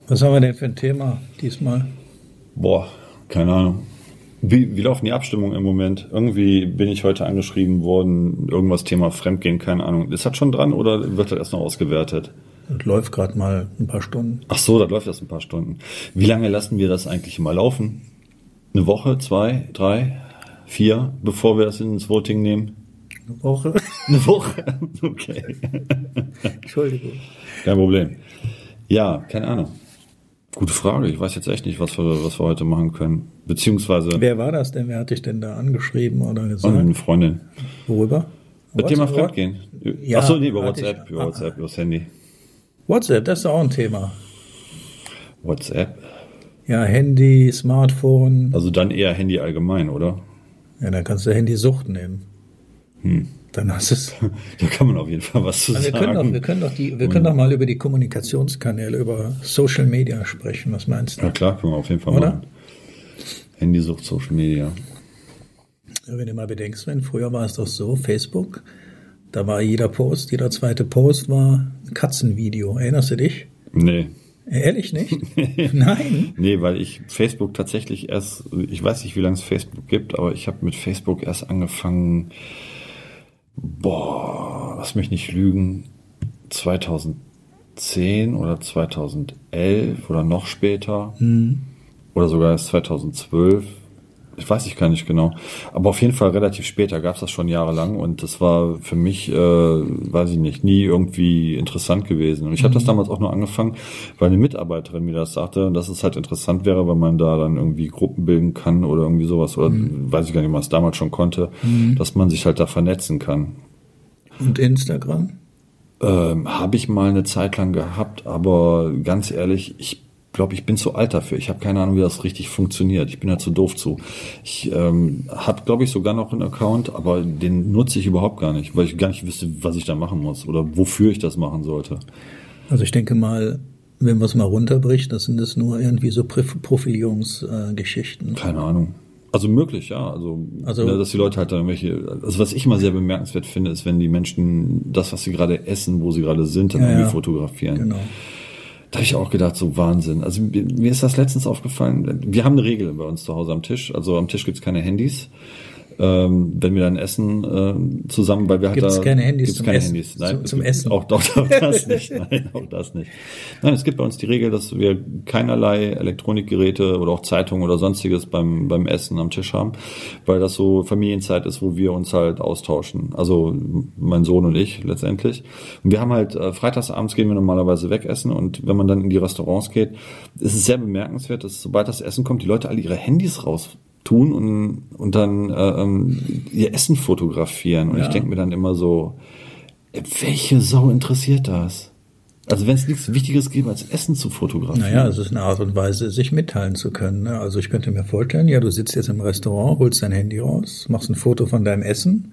Was haben wir denn für ein Thema diesmal? Boah, keine Ahnung. Wie laufen die Abstimmungen im Moment? Irgendwie bin ich heute angeschrieben worden, irgendwas Thema Fremdgehen, keine Ahnung. Ist das schon dran oder wird das erst noch ausgewertet? Das läuft gerade mal ein paar Stunden. Ach so, das läuft erst ein paar Stunden. Wie lange lassen wir das eigentlich immer laufen? Eine Woche, 2, 3, 4, bevor wir das ins Voting nehmen? Eine Woche? Eine Woche? Okay. Entschuldigung. Kein Problem. Ja, keine Ahnung. Gute Frage. Ich weiß jetzt echt nicht, was wir heute machen können. Beziehungsweise... Wer war das denn? Wer hat dich denn da angeschrieben oder gesagt? Eine Freundin. Worüber? Das Thema Fremdgehen. Ja, Ach so, nee, über WhatsApp. Über WhatsApp, übers Handy. WhatsApp, das ist auch ein Thema. WhatsApp? Ja, Handy, Smartphone. Also dann eher Handy allgemein, oder? Ja, dann kannst du Handysucht nehmen. Dann hast du es. Da kann man auf jeden Fall was zu sagen. Wir können doch mal über die Kommunikationskanäle, über Social Media sprechen. Was meinst du? Ja klar, können wir auf jeden Fall machen. Handysucht, Social Media. Wenn du mal bedenkst, früher war es doch so, Facebook, da war jeder zweite Post war ein Katzenvideo. Erinnerst du dich? Nee. Ehrlich nicht? Nein? Nee, weil ich Facebook tatsächlich ich weiß nicht, wie lange es Facebook gibt, aber ich habe mit Facebook erst angefangen, lass mich nicht lügen, 2010 oder 2011 oder noch später oder sogar erst 2012. Ich weiß ich gar nicht genau. Aber auf jeden Fall relativ später gab es das schon jahrelang und das war für mich, weiß ich nicht, nie irgendwie interessant gewesen. Und ich habe das damals auch nur angefangen, weil eine Mitarbeiterin mir das sagte, dass es halt interessant wäre, weil man da dann irgendwie Gruppen bilden kann oder irgendwie sowas. Oder weiß ich gar nicht, was damals schon konnte, dass man sich halt da vernetzen kann. Und Instagram? Habe ich mal eine Zeit lang gehabt, aber ganz ehrlich, ich glaube, ich bin zu alt dafür. Ich habe keine Ahnung, wie das richtig funktioniert. Ich bin da zu doof zu. Ich habe, glaube ich, sogar noch einen Account, aber den nutze ich überhaupt gar nicht, weil ich gar nicht wüsste, was ich da machen muss oder wofür ich das machen sollte. Also ich denke mal, wenn man es mal runterbricht, das sind es nur irgendwie so Profilierungsgeschichten. Keine Ahnung. Also möglich, ja. Also dass die Leute halt dann also was ich immer sehr bemerkenswert finde, ist, wenn die Menschen das, was sie gerade essen, wo sie gerade sind, dann irgendwie fotografieren. Genau. Da habe ich auch gedacht, so Wahnsinn. Also mir ist das letztens aufgefallen. Wir haben eine Regel bei uns zu Hause am Tisch. Also am Tisch gibt's keine Handys. Wenn wir dann essen zusammen, weil wir halt gibt's keine Handys zum Essen. Nein, zum Essen. Auch das nicht. Nein, auch das nicht. Nein, es gibt bei uns die Regel, dass wir keinerlei Elektronikgeräte oder auch Zeitungen oder sonstiges beim Essen am Tisch haben, weil das so Familienzeit ist, wo wir uns halt austauschen. Also mein Sohn und ich letztendlich. Und wir haben halt freitagsabends gehen wir normalerweise wegessen und wenn man dann in die Restaurants geht, ist es sehr bemerkenswert, dass sobald das Essen kommt, die Leute alle ihre Handys raus tun und dann ihr Essen fotografieren. Und ich denke mir dann immer so, welche Sau interessiert das? Also wenn es nichts Wichtiges gibt, als Essen zu fotografieren. Naja, es ist eine Art und Weise, sich mitteilen zu können. Ne? Also ich könnte mir vorstellen, du sitzt jetzt im Restaurant, holst dein Handy raus, machst ein Foto von deinem Essen.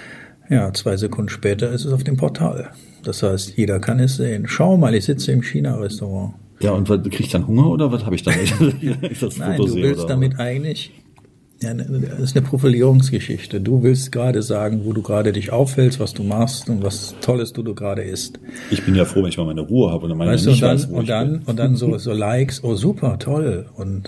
Ja, 2 Sekunden später ist es auf dem Portal. Das heißt, jeder kann es sehen. Schau mal, ich sitze im China-Restaurant. Ja, und krieg ich dann Hunger oder was habe ich damit? Nein, du willst damit eigentlich... Ja, das ist eine Profilierungsgeschichte. Du willst gerade sagen, wo du gerade dich aufhältst, was du machst und was Tolles du gerade isst. Ich bin ja froh, wenn ich mal meine Ruhe habe und dann und dann so Likes, oh super, toll. Und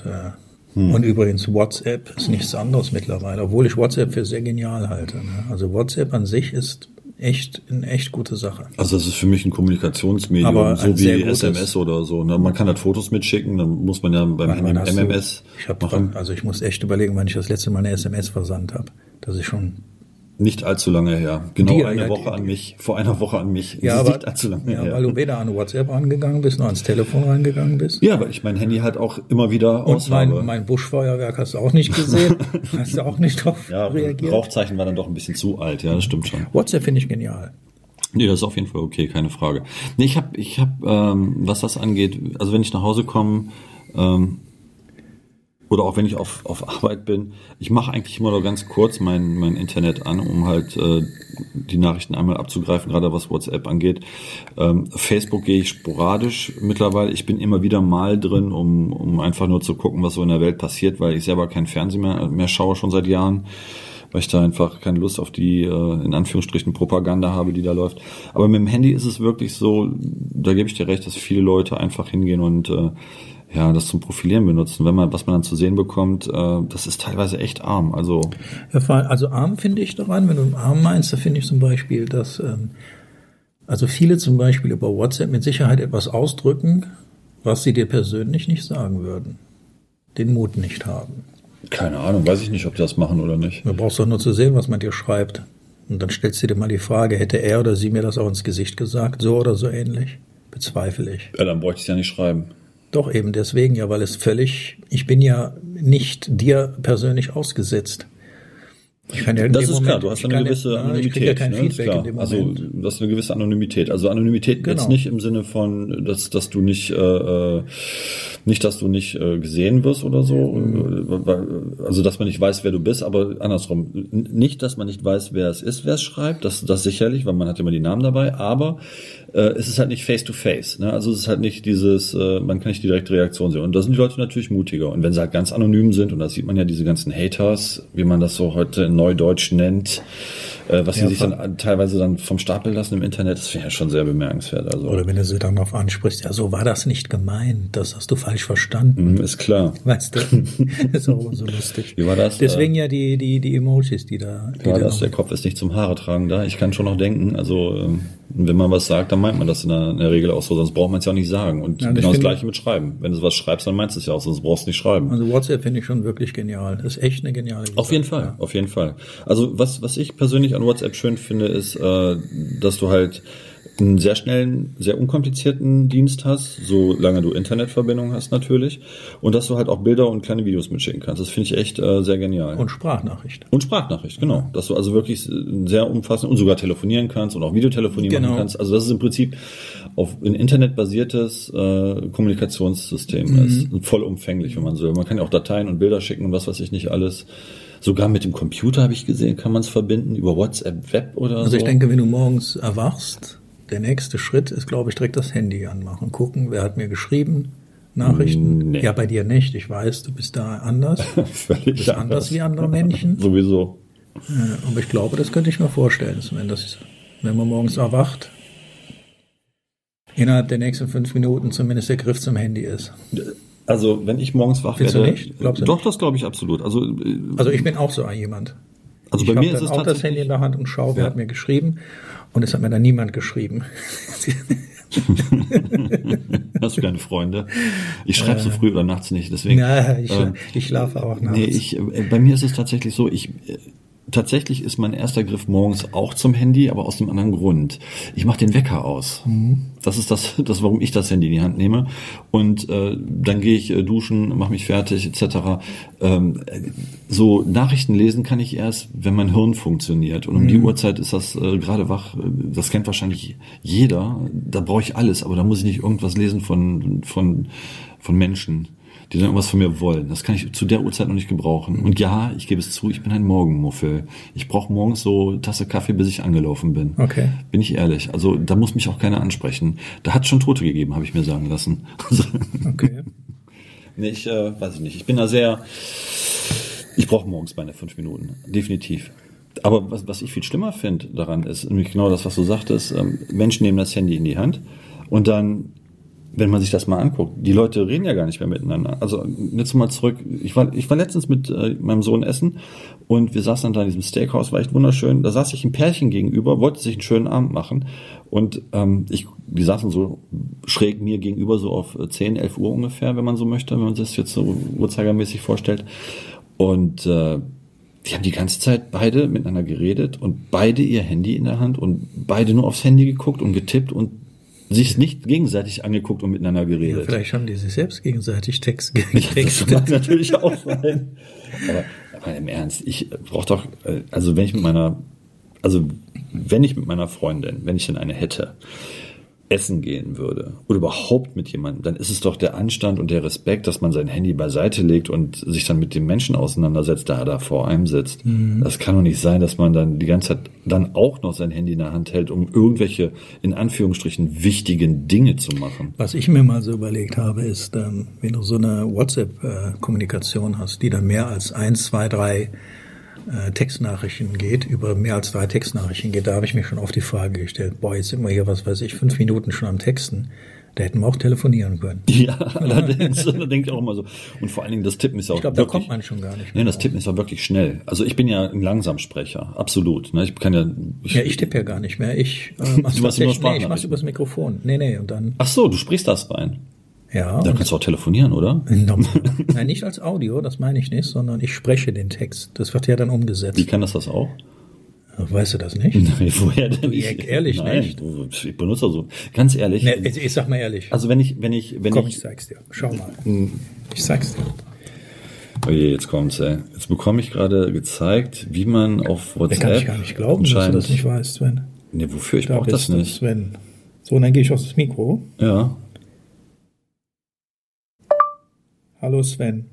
übrigens WhatsApp ist nichts anderes mittlerweile, obwohl ich WhatsApp für sehr genial halte. Ne? Also WhatsApp an sich ist eine echt gute Sache. Also das ist für mich ein Kommunikationsmedium, aber so wie SMS oder so. Ne? Man kann halt Fotos mitschicken, dann muss man ja beim Handy MMS machen. Also ich muss echt überlegen, wann ich das letzte Mal eine SMS versandt habe. Das ist schon... Nicht allzu lange her. Genau vor einer Woche an mich. Ja, das ist aber, nicht allzu lange her. Weil du weder an WhatsApp rangegangen bist, noch ans Telefon rangegangen bist. Ja, weil ich mein Handy halt auch immer wieder aus habe. Und mein Buschfeuerwerk hast du auch nicht gesehen. Hast du auch nicht drauf reagiert. Rauchzeichen war dann doch ein bisschen zu alt, ja, das stimmt schon. WhatsApp finde ich genial. Nee, das ist auf jeden Fall okay, keine Frage. Nee, ich hab, was das angeht, also wenn ich nach Hause komme, oder auch wenn ich auf Arbeit bin, ich mache eigentlich immer nur ganz kurz mein Internet an, um halt die Nachrichten einmal abzugreifen, gerade was WhatsApp angeht. Facebook gehe ich sporadisch mittlerweile. Ich bin immer wieder mal drin, um einfach nur zu gucken, was so in der Welt passiert, weil ich selber kein Fernsehen mehr schaue, schon seit Jahren. weil ich da einfach keine Lust auf die, in Anführungsstrichen, Propaganda habe, die da läuft. Aber mit dem Handy ist es wirklich so, da gebe ich dir recht, dass viele Leute einfach hingehen und das zum Profilieren benutzen. Was man dann zu sehen bekommt, das ist teilweise echt arm. Also arm finde ich daran, wenn du arm meinst, da finde ich zum Beispiel, dass viele zum Beispiel über WhatsApp mit Sicherheit etwas ausdrücken, was sie dir persönlich nicht sagen würden. Den Mut nicht haben. Keine Ahnung, weiß ich nicht, ob die das machen oder nicht. Du brauchst doch nur zu sehen, was man dir schreibt. Und dann stellst du dir mal die Frage, hätte er oder sie mir das auch ins Gesicht gesagt, so oder so ähnlich? Bezweifle ich. Ja, dann bräuchte ich es ja nicht schreiben. Doch eben deswegen ja, weil ich bin ja nicht dir persönlich ausgesetzt. Das ist klar, du hast eine gewisse Anonymität. Ich kriege ja kein Feedback in dem Moment. Also du hast eine gewisse Anonymität. Also Anonymität jetzt nicht im Sinne von, dass du nicht gesehen wirst oder so. Also dass man nicht weiß, wer du bist, aber andersrum. Nicht, dass man nicht weiß, wer es ist, wer es schreibt. Das sicherlich, weil man hat immer die Namen dabei. Aber es ist halt nicht face-to-face. Ne? Also es ist halt nicht dieses, man kann nicht die direkte Reaktion sehen. Und da sind die Leute natürlich mutiger. Und wenn sie halt ganz anonym sind, und da sieht man ja diese ganzen Haters, wie man das so heute in Neudeutsch nennt, was sie sich dann teilweise dann vom Stapel lassen im Internet, das finde ich ja schon sehr bemerkenswert. Also. Oder wenn du sie dann darauf ansprichst, ja, so war das nicht gemeint, das hast du falsch verstanden. Ist klar. Weißt du, ist auch so lustig. Wie war das? Deswegen ja die Emojis, die da... Wie war das? Der Kopf ist nicht zum Haare tragen da. Ich kann schon noch denken, also wenn man was sagt, dann meint man das in der Regel auch so, sonst braucht man es ja auch nicht sagen. Und genau das Gleiche mit Schreiben. Wenn du was schreibst, dann meinst du es ja auch, sonst brauchst du nicht schreiben. Also WhatsApp finde ich schon wirklich genial. Das ist echt eine geniale Sache. Auf jeden Fall, ja. Auf jeden Fall. Also was ich persönlich an WhatsApp schön finde, ist, dass du halt einen sehr schnellen, sehr unkomplizierten Dienst hast, solange du Internetverbindung hast natürlich, und dass du halt auch Bilder und kleine Videos mitschicken kannst. Das finde ich echt sehr genial. Und Sprachnachricht. Und Sprachnachricht, genau. Dass du also wirklich sehr umfassend und sogar telefonieren kannst und auch Videotelefonie machen kannst. Also das ist im Prinzip auf ein internetbasiertes Kommunikationssystem. Ist vollumfänglich, wenn man so will. Man kann ja auch Dateien und Bilder schicken und was weiß ich nicht alles. Sogar mit dem Computer, habe ich gesehen, kann man es verbinden, über WhatsApp Web oder so. Also ich denke, wenn du morgens erwachst, der nächste Schritt ist, glaube ich, direkt das Handy anmachen. Gucken, wer hat mir geschrieben, Nachrichten. Nee. Ja, bei dir nicht. Ich weiß, du bist da anders. Völlig du bist anders wie andere Menschen. Sowieso. Aber ich glaube, das könnte ich mir vorstellen, wenn man morgens erwacht, innerhalb der nächsten 5 Minuten zumindest der Griff zum Handy ist. Also, wenn ich morgens wach werde... Du nicht? Glaubst du doch, nicht? Das glaube ich absolut. Also ich bin auch so jemand. Also bei mir ist es auch das Handy in der Hand und schaue, wer hat mir geschrieben. Und es hat mir dann niemand geschrieben. Hast du keine Freunde? Ich schreibe so früh oder nachts nicht, deswegen... ich schlafe auch nachts. Nee, bei mir ist es tatsächlich so, tatsächlich ist mein erster Griff morgens auch zum Handy, aber aus einem anderen Grund. Ich mache den Wecker aus. Das ist das, warum ich das Handy in die Hand nehme. Und dann gehe ich duschen, mache mich fertig etc. So Nachrichten lesen kann ich erst, wenn mein Hirn funktioniert. Und um die Uhrzeit ist das gerade wach. Das kennt wahrscheinlich jeder. Da brauche ich alles, aber da muss ich nicht irgendwas lesen von Menschen, die dann irgendwas von mir wollen. Das kann ich zu der Uhrzeit noch nicht gebrauchen. Und ja, ich gebe es zu, ich bin ein Morgenmuffel. Ich brauche morgens so eine Tasse Kaffee, bis ich angelaufen bin. Okay. Bin ich ehrlich. Also da muss mich auch keiner ansprechen. Da hat es schon Tote gegeben, habe ich mir sagen lassen. Okay. Nee, weiß ich nicht. Ich bin da ich brauche morgens meine 5 Minuten. Definitiv. Aber was ich viel schlimmer finde daran ist, nämlich genau das, was du sagtest, Menschen nehmen das Handy in die Hand und dann, wenn man sich das mal anguckt, die Leute reden ja gar nicht mehr miteinander. Also jetzt mal zurück, ich war letztens mit meinem Sohn essen und wir saßen dann da in diesem Steakhouse, war echt wunderschön, da saß sich ein Pärchen gegenüber, wollte sich einen schönen Abend machen und die saßen so schräg mir gegenüber, so auf 10, 11 Uhr ungefähr, wenn man so möchte, wenn man sich das jetzt so uhrzeigermäßig vorstellt und die haben die ganze Zeit beide miteinander geredet und beide ihr Handy in der Hand und beide nur aufs Handy geguckt und getippt und sich nicht gegenseitig angeguckt und miteinander geredet. Ja, vielleicht haben die sich selbst gegenseitig getextet. Das mag natürlich auch sein. Aber im Ernst, ich brauche doch, wenn ich mit meiner Freundin, wenn ich denn eine hätte, essen gehen würde oder überhaupt mit jemandem, dann ist es doch der Anstand und der Respekt, dass man sein Handy beiseite legt und sich dann mit dem Menschen auseinandersetzt, der da vor einem sitzt. Das kann doch nicht sein, dass man dann die ganze Zeit dann auch noch sein Handy in der Hand hält, um irgendwelche, in Anführungsstrichen, wichtigen Dinge zu machen. Was ich mir mal so überlegt habe, ist, wenn du so eine WhatsApp-Kommunikation hast, die dann mehr als 1, 2, 3 Textnachrichten geht, über mehr als 3 Textnachrichten geht, da habe ich mir schon oft die Frage gestellt, boah, jetzt sind wir hier, was weiß ich, 5 Minuten schon am Texten. Da hätten wir auch telefonieren können. Ja, allerdings, da denke ich auch immer so. Und vor allen Dingen, das Tippen ist ja auch ich glaube, da kommt man schon gar nicht mehr. Nee, das Tippen ist ja wirklich schnell. Also ich bin ja ein Langsamsprecher, absolut. Ne? Ich kann ja... Ich tippe ja gar nicht mehr. Ich mach's übers Mikrofon. Nee, und dann... Ach so, du sprichst das rein. Ja. Da kannst du auch telefonieren, oder? Nein, nicht als Audio, das meine ich nicht, sondern ich spreche den Text. Das wird ja dann umgesetzt. Wie kann das auch? Weißt du das nicht? Nein, woher denn? Ehrlich Nein, nicht. Ich benutze so. Ganz ehrlich. Nee, ich sag mal ehrlich. Also wenn ich zeig's dir. Schau mal. Ich zeig's dir. Oh je, jetzt kommt's, ey. Jetzt bekomme ich gerade gezeigt, wie man auf WhatsApp... Kann ich gar nicht glauben, dass du das nicht weißt, Sven. Nee, wofür? Ich brauche das nicht. Sven. So, und dann gehe ich aufs Mikro. Ja. Hallo Sven.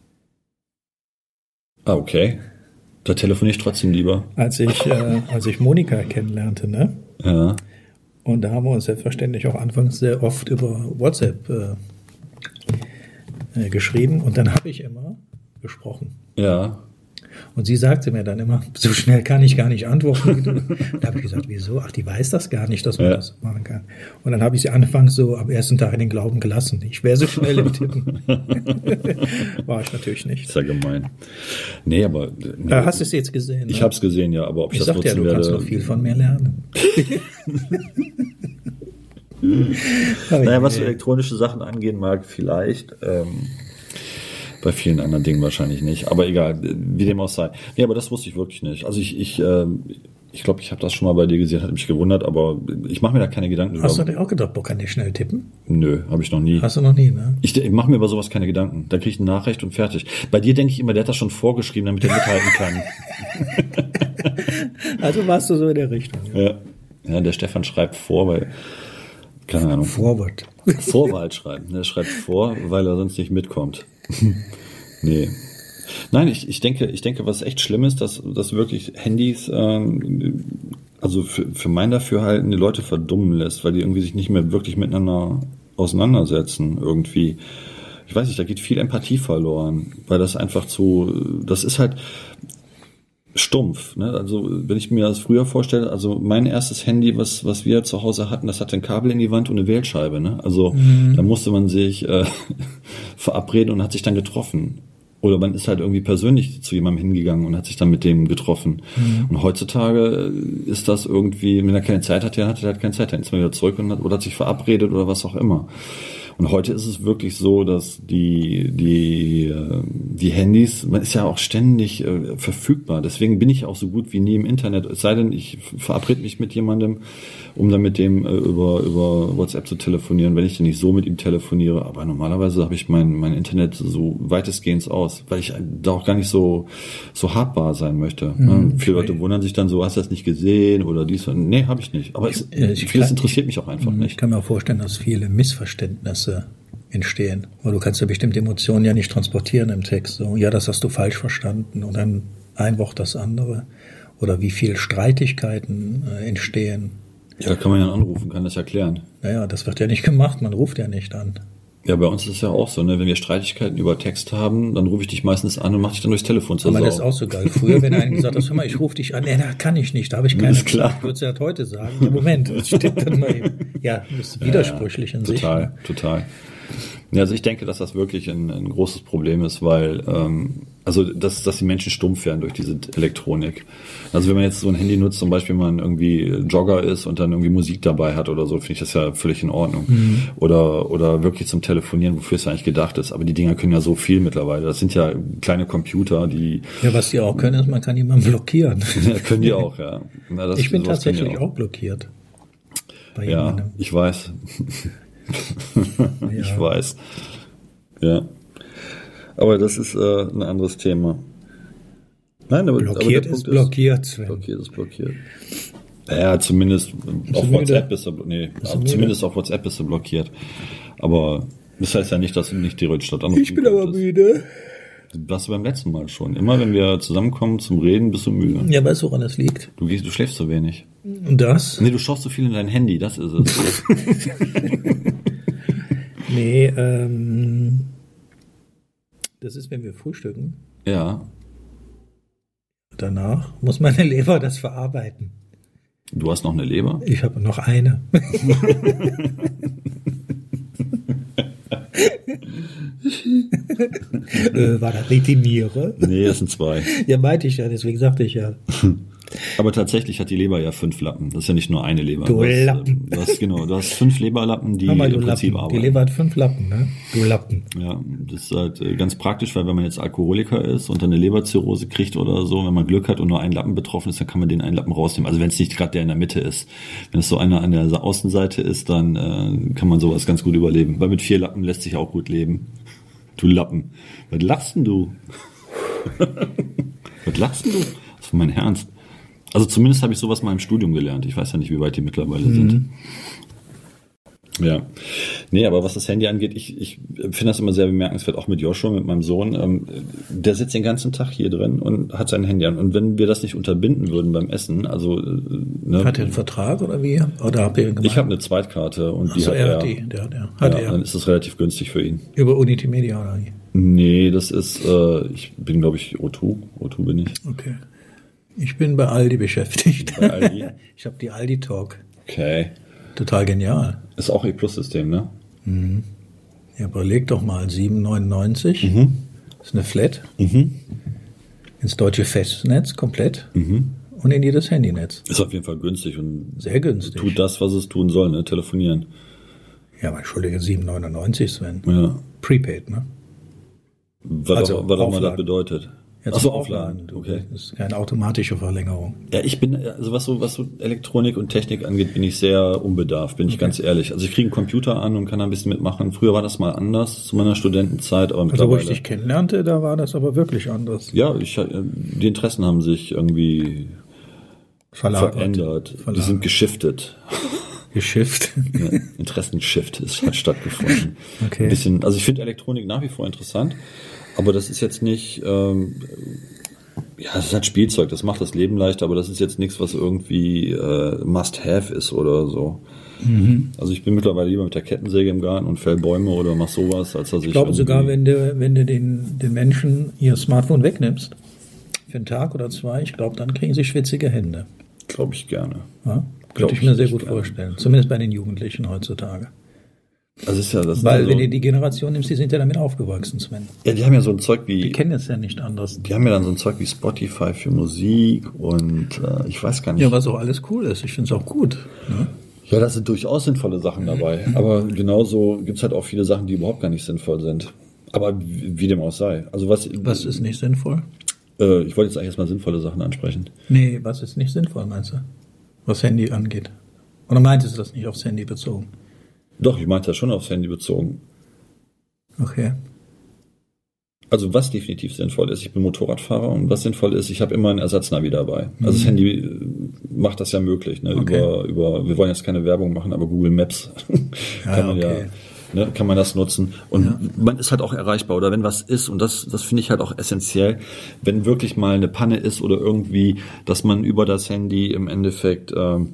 Ah, okay. Da telefoniere ich trotzdem lieber. Als ich Monika kennenlernte, ne? Ja. Und da haben wir uns selbstverständlich auch anfangs sehr oft über WhatsApp geschrieben. Und dann habe ich immer gesprochen. Ja. Und sie sagte mir dann immer, so schnell kann ich gar nicht antworten. Da habe ich gesagt, wieso? Ach, die weiß das gar nicht, dass man das machen kann. Und dann habe ich sie anfangs so am ersten Tag in den Glauben gelassen. Ich wäre so schnell im Tippen. War ich natürlich nicht. Ist ja gemein. Nee, aber... Nee, hast du es jetzt gesehen? Ich habe es gesehen, ja, aber ob ich das nutzen werde... Du kannst noch viel von mir lernen. Naja, was elektronische Sachen angehen mag, vielleicht... bei vielen anderen Dingen wahrscheinlich nicht. Aber egal, wie dem auch sei. Nee, aber das wusste ich wirklich nicht. Also ich glaube, ich habe das schon mal bei dir gesehen, hat mich gewundert, aber ich mache mir da keine Gedanken drüber. Hast du dir auch gedacht, boah, kann ich schnell tippen? Nö, habe ich noch nie. Hast du noch nie, ne? Ich mache mir über sowas keine Gedanken. Da kriege ich eine Nachricht und fertig. Bei dir denke ich immer, der hat das schon vorgeschrieben, damit er mithalten kann. Also warst du so in der Richtung. Ja, der Stefan schreibt vor, weil... Keine Ahnung. Vorwahl schreiben. Er schreibt vor, weil er sonst nicht mitkommt. Nee. Nein, ich denke, was echt schlimm ist, dass wirklich Handys, also für mein Dafürhalten die Leute verdummen lässt, weil die irgendwie sich nicht mehr wirklich miteinander auseinandersetzen irgendwie. Ich weiß nicht, da geht viel Empathie verloren, weil das einfach das ist halt stumpf, ne? Also wenn ich mir das früher vorstelle, also mein erstes Handy, was wir zu Hause hatten, das hatte ein Kabel in die Wand und eine Wählscheibe, ne? Also da musste man sich verabreden und hat sich dann getroffen. Oder man ist halt irgendwie persönlich zu jemandem hingegangen und hat sich dann mit dem getroffen. Und heutzutage ist das irgendwie, wenn er keine Zeit hat, dann hat er halt keine Zeit, dann ist man wieder zurück und hat sich verabredet oder was auch immer. Und heute ist es wirklich so, dass die Handys, man ist ja auch ständig verfügbar. Deswegen bin ich auch so gut wie nie im Internet. Es sei denn, ich verabrede mich mit jemandem, um dann mit dem über WhatsApp zu telefonieren, wenn ich denn nicht so mit ihm telefoniere. Aber normalerweise habe ich mein Internet so weitestgehend aus, weil ich da auch gar nicht so hartbar sein möchte. Viele Leute wundern sich dann so, hast du das nicht gesehen oder dies? Nee, habe ich nicht. Aber vieles interessiert mich auch einfach nicht. Ich kann mir auch vorstellen, dass viele Missverständnisse entstehen. Weil du kannst ja bestimmte Emotionen ja nicht transportieren im Text. So, ja, das hast du falsch verstanden und dann ein Wort das andere. Oder wie viel Streitigkeiten entstehen. Ja, da kann man ja anrufen, kann das erklären. Naja, das wird ja nicht gemacht, man ruft ja nicht an. Ja, bei uns ist es ja auch so, ne? Wenn wir Streitigkeiten über Text haben, dann rufe ich dich meistens an und mache dich dann durchs Telefon zur Sau. Aber das ist auch so geil. Früher, wenn einer gesagt hat, hör mal, ich rufe dich an, da kann ich nicht, da habe ich keine Zeit. Klar. Würdest du das heute sagen? Ja, Moment, das stimmt dann mal eben. Ja, das ist widersprüchlich in sich. Total. Ja, also ich denke, dass das wirklich ein großes Problem ist, weil dass die Menschen stumpf werden durch diese Elektronik. Also wenn man jetzt so ein Handy nutzt, zum Beispiel man irgendwie Jogger ist und dann irgendwie Musik dabei hat oder so, finde ich das ja völlig in Ordnung. Oder wirklich zum Telefonieren, wofür es eigentlich gedacht ist. Aber die Dinger können ja so viel mittlerweile. Das sind ja kleine Computer, die... Ja, was die auch können, ist, man kann jemanden blockieren. Ja, können die auch, ja. Ich bin tatsächlich auch blockiert. Bei jemandem. Ja, ich weiß. Ich weiß. Ja. Aber das ist ein anderes Thema. Nein, aber blockiert aber ist blockiert. Blockiert ist blockiert. Naja, zumindest auf WhatsApp bist du zumindest auf WhatsApp bist du blockiert. Aber das heißt ja nicht, dass du nicht direkt statt anrufen Ich bin aber müde. Das warst du beim letzten Mal schon. Immer wenn wir zusammenkommen zum Reden, bist du müde. Ja, weißt du, woran das liegt? Du schläfst so wenig. Und das? Nee, du schaust so viel in dein Handy, das ist es. Nee, das ist, wenn wir frühstücken. Ja. danach muss meine Leber das verarbeiten. Du hast noch eine Leber? Ich habe noch eine. War das nicht die Niere? Nee, das sind 2. Ja, meinte ich ja, deswegen sagte ich ja. Aber tatsächlich hat die Leber ja 5 Lappen. Das ist ja nicht nur eine Leber. Du Lappen. Du hast 5 Leberlappen, die im Prinzip arbeiten. Die Leber hat 5 Lappen, ne? Du Lappen. Ja, das ist halt ganz praktisch, weil wenn man jetzt Alkoholiker ist und dann eine Leberzirrhose kriegt oder so, wenn man Glück hat und nur ein Lappen betroffen ist, dann kann man den einen Lappen rausnehmen. Also wenn es nicht gerade der in der Mitte ist. Wenn es so einer an der Außenseite ist, dann kann man sowas ganz gut überleben. Weil mit 4 Lappen lässt sich auch gut leben. Du Lappen. Was lachst denn du? Was lachst denn du? Das ist mein Ernst. Also zumindest habe ich sowas mal im Studium gelernt. Ich weiß ja nicht, wie weit die mittlerweile sind. Ja. Nee, aber was das Handy angeht, ich finde das immer sehr bemerkenswert, auch mit Joshua, mit meinem Sohn. Der sitzt den ganzen Tag hier drin und hat sein Handy an. Und wenn wir das nicht unterbinden würden beim Essen, also... Hat er einen Vertrag oder wie? Oder habt ihr gemacht? Ich habe eine Zweitkarte und die so, hat er. Dann ist es relativ günstig für ihn. Über Unity Media oder wie? Nee, das ist, ich bin glaube ich O2 bin ich. Okay. Ich bin bei Aldi beschäftigt. Bei Aldi? Ich habe die Aldi Talk. Okay. Total genial. Ist auch E-Plus-System, ne? Mhm. Ja, überleg doch mal, 7,99. Ist eine Flat. Ins deutsche Festnetz komplett. Und in jedes Handynetz. Ist auf jeden Fall günstig und sehr günstig. Tut das, was es tun soll, ne? Telefonieren. Ja, aber entschuldige, 7,99, Sven. Ja. Prepaid, ne? Was auch immer das bedeutet. Ja, Achso, aufladen. Okay. Das ist keine automatische Verlängerung. Ja, ich bin, also was so Elektronik und Technik angeht, bin ich sehr unbedarft, bin ich ganz ehrlich. Also ich kriege einen Computer an und kann da ein bisschen mitmachen. Früher war das mal anders, zu meiner Studentenzeit, aber mittlerweile... Also wo ich dich kennenlernte, da war das aber wirklich anders. Ja, die Interessen haben sich irgendwie verändert. Die sind geschiftet. Geschifft? Ja, Interessenshift hat stattgefunden. Okay. Ein bisschen, also ich finde Elektronik nach wie vor interessant, aber das ist jetzt nicht, ja, das ist halt Spielzeug, das macht das Leben leichter, aber das ist jetzt nichts, was irgendwie Must-Have ist oder so. Also ich bin mittlerweile lieber mit der Kettensäge im Garten und fäll Bäume oder mach sowas, als dass ich glaube sogar, wenn du den Menschen ihr Smartphone wegnimmst, für einen Tag oder 2, ich glaube, dann kriegen sie schwitzige Hände. Glaube ich gerne. Ja? Könnte ich mir sehr gut vorstellen. Zumindest bei den Jugendlichen heutzutage. Also ist ja das. Weil wenn du die Generation nimmst, die sind ja damit aufgewachsen, Sven. Ja, die haben ja so ein Zeug wie... Die kennen es ja nicht anders. Die haben ja dann so ein Zeug wie Spotify für Musik und ich weiß gar nicht. Ja, was auch alles cool ist. Ich finde es auch gut. Ne? Ja, da sind durchaus sinnvolle Sachen dabei. Aber genauso gibt es halt auch viele Sachen, die überhaupt gar nicht sinnvoll sind. Aber wie dem auch sei. Also was ist nicht sinnvoll? Ich wollte jetzt eigentlich erstmal sinnvolle Sachen ansprechen. Nee, was ist nicht sinnvoll, meinst du? Was Handy angeht. Oder meintest du das nicht aufs Handy bezogen? Doch, ich meinte das schon aufs Handy bezogen. Okay. Also was definitiv sinnvoll ist, ich bin Motorradfahrer und was sinnvoll ist, ich habe immer ein Ersatznavi dabei. Also das Handy macht das ja möglich. Ne? Okay. Wir wollen jetzt keine Werbung machen, aber Google Maps kann man kann man das nutzen. Und man ist halt auch erreichbar. Oder wenn was ist, und das finde ich halt auch essentiell, wenn wirklich mal eine Panne ist oder irgendwie, dass man über das Handy im Endeffekt dann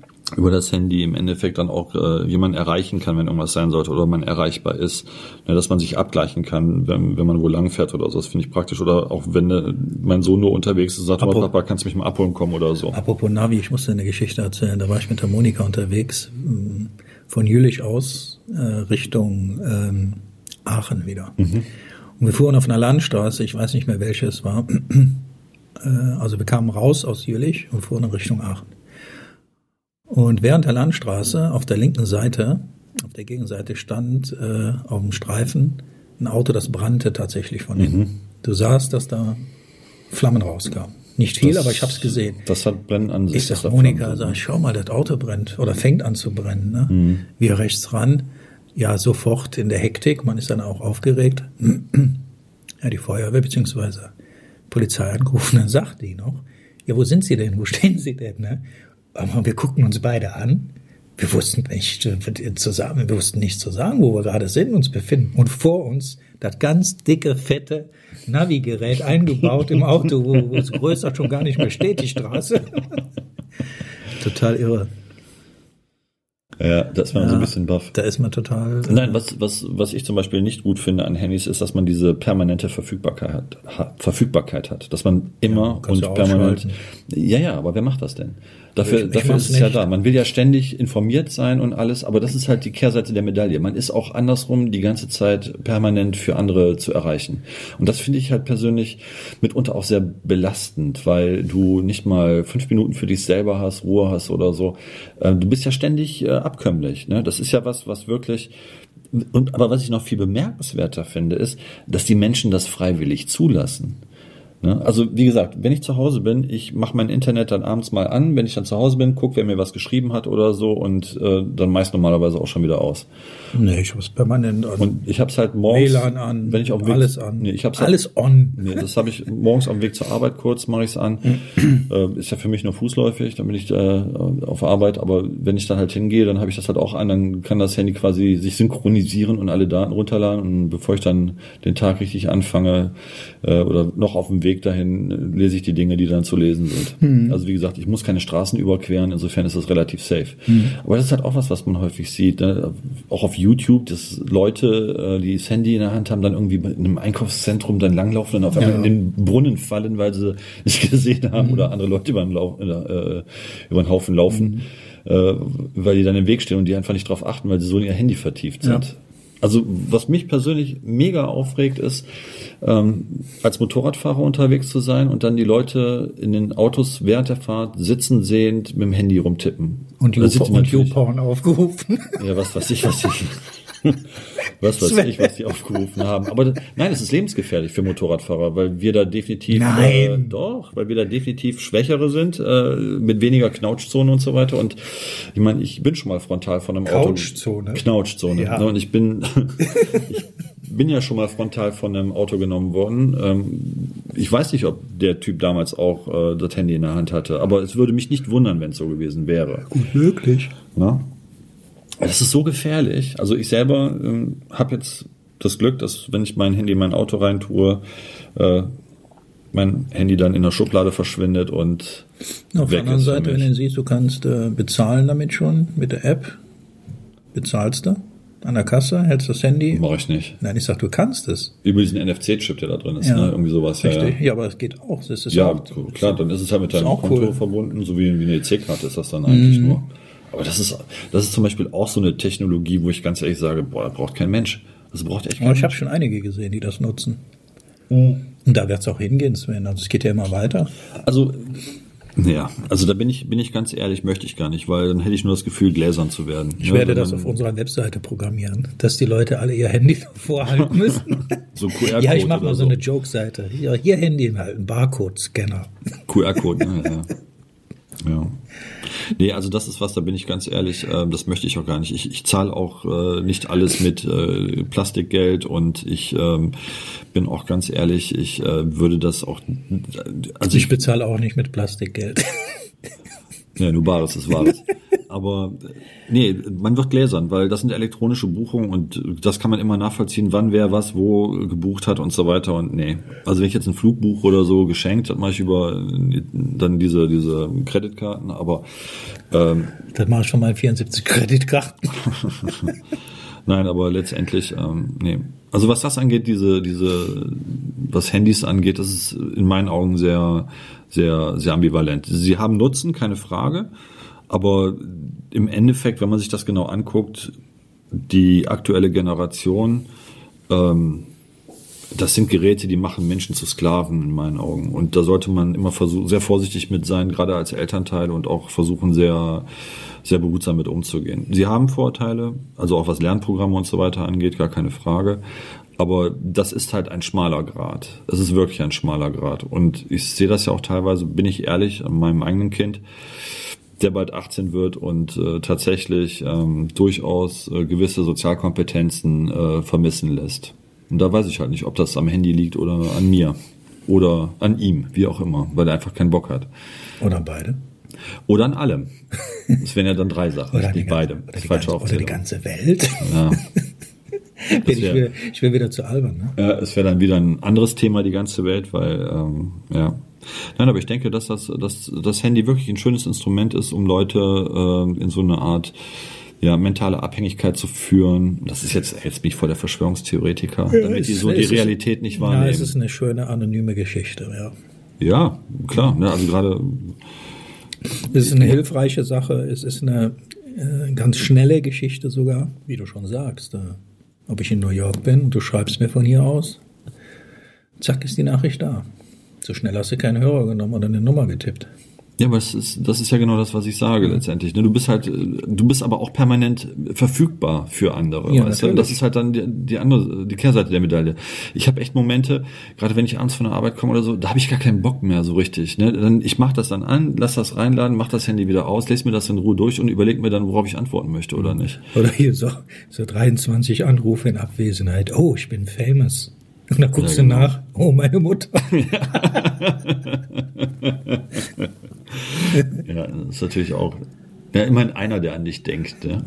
auch jemanden erreichen kann, wenn irgendwas sein sollte oder man erreichbar ist, dass man sich abgleichen kann, wenn man wo lang fährt oder so, das finde ich praktisch. Oder auch wenn mein Sohn nur unterwegs ist und sagt, Papa, kannst du mich mal abholen kommen oder so. Apropos Navi, ich musste eine Geschichte erzählen, da war ich mit der Monika unterwegs, von Jülich aus Richtung Aachen wieder. Und wir fuhren auf einer Landstraße, ich weiß nicht mehr welche es war, also wir kamen raus aus Jülich und fuhren in Richtung Aachen. Und während der Landstraße auf der linken Seite, auf der Gegenseite stand auf dem Streifen ein Auto, das brannte tatsächlich von innen. Du sahst, dass da Flammen rauskamen. Nicht viel, aber ich habe es gesehen. Das hat Brennen an sich. Ich sag Monika, schau mal, das Auto brennt oder fängt an zu brennen. Ne? Wir rechts ran, ja sofort in der Hektik, man ist dann auch aufgeregt. Ja, die Feuerwehr bzw. Polizei angerufen, dann sagt die noch, ja, wo sind Sie denn, wo stehen Sie denn? Ne? Aber wir gucken uns beide an. Wir wussten nicht zu sagen, wo wir gerade sind, uns befinden. Und vor uns das ganz dicke, fette Navigerät eingebaut im Auto, wo es größer schon gar nicht mehr steht, die Straße. Total irre. Ja, da ist man so ein bisschen baff. Da ist man total... Nein, was ich zum Beispiel nicht gut finde an Handys, ist, dass man diese permanente Verfügbarkeit hat. Dass man immer und permanent... Ja, aber wer macht das denn? Dafür ist es ja da. Man will ja ständig informiert sein und alles, aber das ist halt die Kehrseite der Medaille. Man ist auch andersrum die ganze Zeit permanent für andere zu erreichen. Und das finde ich halt persönlich mitunter auch sehr belastend, weil du nicht mal 5 Minuten für dich selber hast, Ruhe hast oder so. Du bist ja ständig abkömmlich. Ne? Das ist ja was wirklich... Aber was ich noch viel bemerkenswerter finde, ist, dass die Menschen das freiwillig zulassen. Also wie gesagt, wenn ich zu Hause bin, ich mache mein Internet dann abends mal an, wenn ich dann zu Hause bin, gucke, wer mir was geschrieben hat oder so und dann meist normalerweise auch schon wieder aus. Nee, ich habe es permanent an. Und ich habe es halt morgens... WLAN an, wenn ich auf alles an. Nee, ich hab's alles halt, on. Nee, das habe ich morgens auf dem Weg zur Arbeit kurz, mache ich es an. Ist ja für mich nur fußläufig, dann bin ich auf Arbeit, aber wenn ich dann halt hingehe, dann habe ich das halt auch an, dann kann das Handy quasi sich synchronisieren und alle Daten runterladen und bevor ich dann den Tag richtig anfange oder noch auf dem Weg dahin, lese ich die Dinge, die dann zu lesen sind. Also wie gesagt, ich muss keine Straßen überqueren, insofern ist das relativ safe. Aber das ist halt auch was man häufig sieht, ne? Auch auf YouTube, dass Leute, die das Handy in der Hand haben, dann irgendwie in einem Einkaufszentrum dann langlaufen und auf einmal in den Brunnen fallen, weil sie nicht gesehen haben oder andere Leute über den Haufen laufen, weil die dann im Weg stehen und die einfach nicht drauf achten, weil sie so in ihr Handy vertieft sind. Ja. Also was mich persönlich mega aufregt, ist, als Motorradfahrer unterwegs zu sein und dann die Leute in den Autos während der Fahrt sitzen sehend mit dem Handy rumtippen. Und YouPorn aufgerufen. Ja, was weiß ich. Was die aufgerufen haben. Aber nein, es ist lebensgefährlich für Motorradfahrer, weil wir da definitiv weil wir da definitiv Schwächere sind, mit weniger Knautschzone und so weiter. Und ich meine, ich bin schon mal frontal von einem Auto. Knautschzone. Ja. Und ich bin ja schon mal frontal von einem Auto genommen worden. Ich weiß nicht, ob der Typ damals auch das Handy in der Hand hatte, aber es würde mich nicht wundern, wenn es so gewesen wäre. Gut möglich. Na? Das ist so gefährlich. Also ich selber habe jetzt das Glück, dass wenn ich mein Handy in mein Auto reintue, mein Handy dann in der Schublade verschwindet und auf der anderen Seite, wenn du siehst, du kannst bezahlen damit schon mit der App. Bezahlst du an der Kasse, hältst das Handy. Mache ich nicht. Nein, ich sag, du kannst es. Über diesen NFC-Chip, der da drin ist, ne? Irgendwie sowas. Richtig. Ja, aber es geht auch. Das ist ja, auch, klar, dann ist es halt mit deinem Konto verbunden, so wie eine EC-Karte ist das dann eigentlich nur. Aber das ist zum Beispiel auch so eine Technologie, wo ich ganz ehrlich sage, da braucht kein Mensch. Das braucht echt kein Mensch. Ich habe schon einige gesehen, die das nutzen. Und da wird es auch hingehen, Sven. Also es geht ja immer weiter. Also da bin ich ganz ehrlich, möchte ich gar nicht, weil dann hätte ich nur das Gefühl, gläsern zu werden. Ich werde das auf unserer Webseite programmieren, dass die Leute alle ihr Handy vorhalten müssen. So QR-Code. Ja, ich mache mal so eine Joke-Seite. Hier Handy hinhalten, Barcode-Scanner. QR-Code, ne? Ja. Nee, also das ist was, da bin ich ganz ehrlich, das möchte ich auch gar nicht. Ich zahle auch nicht alles mit Plastikgeld und ich bin auch ganz ehrlich, ich würde das auch... Also ich bezahle auch nicht mit Plastikgeld. Ja, nur Bares ist Wahres. Aber nee, man wird gläsern, weil das sind elektronische Buchungen und das kann man immer nachvollziehen, wann wer was wo gebucht hat und so weiter. Und nee, also wenn ich jetzt einen Flug buche oder so geschenkt, das mache ich über dann diese Kreditkarten, aber das mache ich schon mal 74 Kreditkarten. Nein, aber letztendlich, nee. Also was das angeht, was Handys angeht, das ist in meinen Augen sehr, sehr, sehr ambivalent. Sie haben Nutzen, keine Frage, aber im Endeffekt, wenn man sich das genau anguckt, die aktuelle Generation, das sind Geräte, die machen Menschen zu Sklaven in meinen Augen. Und da sollte man immer sehr vorsichtig mit sein, gerade als Elternteil und auch versuchen, sehr, sehr behutsam mit umzugehen. Sie haben Vorteile, also auch was Lernprogramme und so weiter angeht, gar keine Frage. Aber das ist halt ein schmaler Grat. Es ist wirklich ein schmaler Grat. Und ich sehe das ja auch teilweise, bin ich ehrlich, an meinem eigenen Kind, der bald 18 wird und tatsächlich durchaus gewisse Sozialkompetenzen vermissen lässt. Und da weiß ich halt nicht, ob das am Handy liegt oder an mir oder an ihm, wie auch immer, weil er einfach keinen Bock hat. Oder beide. Oder an allem. Das wären ja dann 3 Sachen, nicht beide. Oder die ganze Welt. Ja. Ich will wieder zu albern. Ne? Ja, es wäre dann wieder ein anderes Thema, die ganze Welt, weil, ja. Nein, aber ich denke, dass das Handy wirklich ein schönes Instrument ist, um Leute in so eine Art mentale Abhängigkeit zu führen. Das ist jetzt bin ich voll der Verschwörungstheoretiker, damit die so die Realität nicht wahrnehmen. Ja, es ist eine schöne anonyme Geschichte, ja. Ja, klar. Ne, also gerade. Es ist eine hilfreiche Sache. Es ist eine ganz schnelle Geschichte sogar, wie du schon sagst. Ob ich in New York bin und du schreibst mir von hier aus, zack, ist die Nachricht da. So schnell hast du keinen Hörer genommen oder eine Nummer getippt. Ja, aber das ist ja genau das, was ich sage letztendlich. Du bist aber auch permanent verfügbar für andere. Ja, weißt du? Das ist halt dann die Kehrseite der Medaille. Ich habe echt Momente, gerade wenn ich abends von der Arbeit komme oder so, da habe ich gar keinen Bock mehr so richtig. Ne? Ich mache das dann an, lass das reinladen, mach das Handy wieder aus, lese mir das in Ruhe durch und überlege mir dann, worauf ich antworten möchte oder nicht. Oder hier so 23 Anrufe in Abwesenheit. Oh, ich bin famous. Und dann guckst du nach, oh, meine Mutter. Ja, das ist natürlich auch immerhin einer, der an dich denkt. Ne?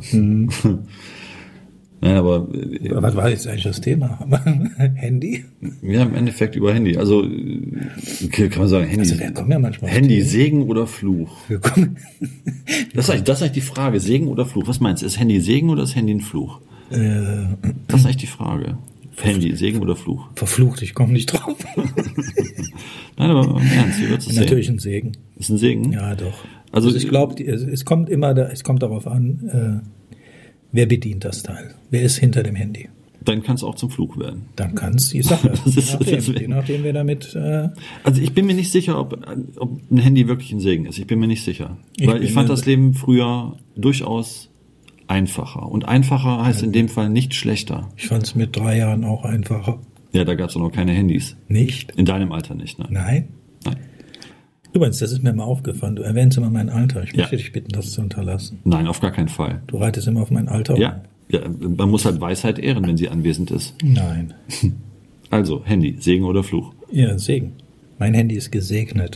Nein, aber was war jetzt eigentlich das Thema? Handy? Ja, im Endeffekt über Handy. Also kann man sagen, Handy. Also wir kommen ja manchmal Handy, Segen oder Fluch? Das ist eigentlich die Frage, Segen oder Fluch. Was meinst du? Ist Handy Segen oder ist Handy ein Fluch? Das ist eigentlich die Frage. Handy, Segen oder Fluch? Verflucht, ich komme nicht drauf. Nein, aber im Ernst, wie würdest du es sehen? Natürlich ein Segen. Ist ein Segen? Ja, doch. Also ich glaube, es kommt darauf an, wer bedient das Teil? Wer ist hinter dem Handy? Dann kann es auch zum Fluch werden. Dann kann es die Sache. Je nachdem, wer damit... Also ich bin mir nicht sicher, ob ein Handy wirklich ein Segen ist. Ich bin mir nicht sicher. Weil ich fand das Leben früher durchaus einfacher. Und einfacher heißt in dem Fall nicht schlechter. Ich fand es mit 3 Jahren auch einfacher. Ja, da gab es noch keine Handys. Nicht? In deinem Alter nicht, ne? Nein? Übrigens, das ist mir mal aufgefallen. Du erwähnst immer mein Alter. Ich möchte dich bitten, das zu unterlassen. Nein, auf gar keinen Fall. Du reitest immer auf mein Alter. Ja, man muss halt Weisheit ehren, wenn sie anwesend ist. Nein. Also, Handy, Segen oder Fluch? Ja, Segen. Mein Handy ist gesegnet.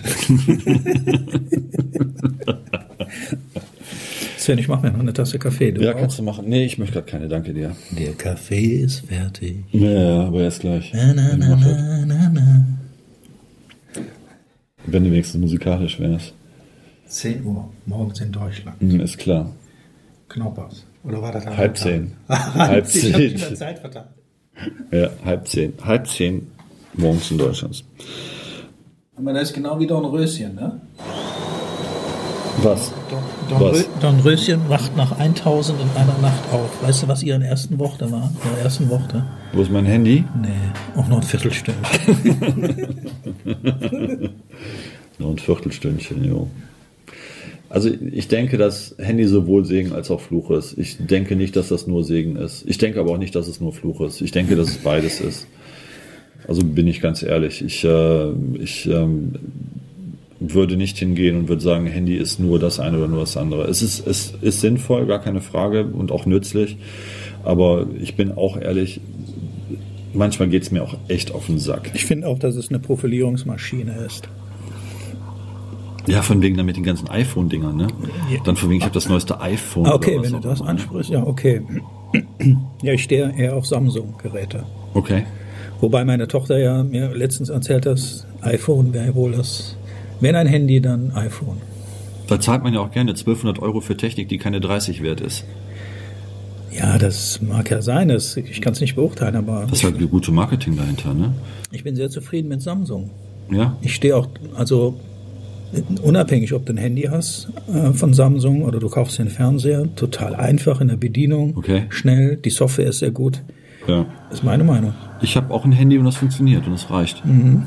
Sven, ich mache mir noch eine Tasse Kaffee. Du ja, auch? kannst du machen. Nee, ich möchte gerade keine, danke dir. Der Kaffee ist fertig. Ja, aber erst gleich. Na. Wenn du wenigstens musikalisch wärst. 10 Uhr, morgens in Deutschland. Ist klar. Knoppers. Oder war das 9:30. 9:30. Ich habe in der Zeit vertan. Ja, 9:30. 9:30 morgens in Deutschland. Aber das ist genau wie Dornröschen, ne? Was? Dornröschen wacht nach 1000 in einer Nacht auf. Weißt du, was ihre ersten Worte waren? Ihre ersten Worte? Wo ist mein Handy? Nee, auch noch ein Viertelstündchen. Noch ein Viertelstündchen, jo. Also ich denke, dass Handy sowohl Segen als auch Fluch ist. Ich denke nicht, dass das nur Segen ist. Ich denke aber auch nicht, dass es nur Fluch ist. Ich denke, dass es beides ist. Also bin ich ganz ehrlich. Ich würde nicht hingehen und würde sagen, Handy ist nur das eine oder nur das andere. Es ist sinnvoll, gar keine Frage, und auch nützlich. Aber ich bin auch ehrlich, manchmal geht es mir auch echt auf den Sack. Ich finde auch, dass es eine Profilierungsmaschine ist. Ja, von wegen dann mit den ganzen iPhone-Dingern, ne? Ja. Dann von wegen, ich habe das neueste iPhone. Okay, wenn du das ansprichst, ja, okay. Ja, ich stehe eher auf Samsung-Geräte. Okay. Wobei meine Tochter ja mir letztens erzählt hat, iPhone wäre wohl das, wenn ein Handy, dann iPhone. Da zahlt man ja auch gerne 1200 € für Technik, die keine 30 wert ist. Ja, das mag ja sein, ich kann es nicht beurteilen, aber... Das ist halt gute Marketing dahinter, ne? Ich bin sehr zufrieden mit Samsung. Ja? Ich stehe auch, also unabhängig, ob du ein Handy hast von Samsung oder du kaufst den Fernseher, total einfach in der Bedienung, okay. Schnell, die Software ist sehr gut. Ja. Das ist meine Meinung. Ich habe auch ein Handy und das funktioniert und das reicht. Mhm.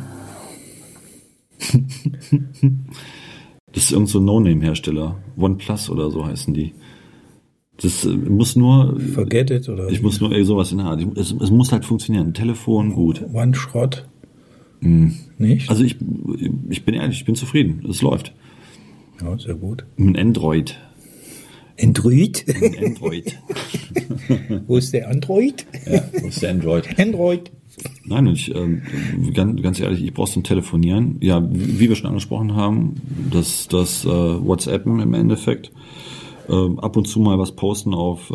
Das ist irgend so ein No-Name-Hersteller. OnePlus oder so heißen die. Das muss nur... Forget it oder... Ich muss nur sowas in der Art. Es muss halt funktionieren. Telefon, gut. One-Schrott. Nicht? Also ich bin ehrlich, ich bin zufrieden. Es läuft. Ja, sehr gut. Ein Android. Android? Ein Android. Wo ist der Android? Ja, wo ist der Android? Android. Nein, und ich, ganz ehrlich, ich brauche es zum Telefonieren. Ja, wie wir schon angesprochen haben, das WhatsAppen im Endeffekt. Ab und zu mal was posten auf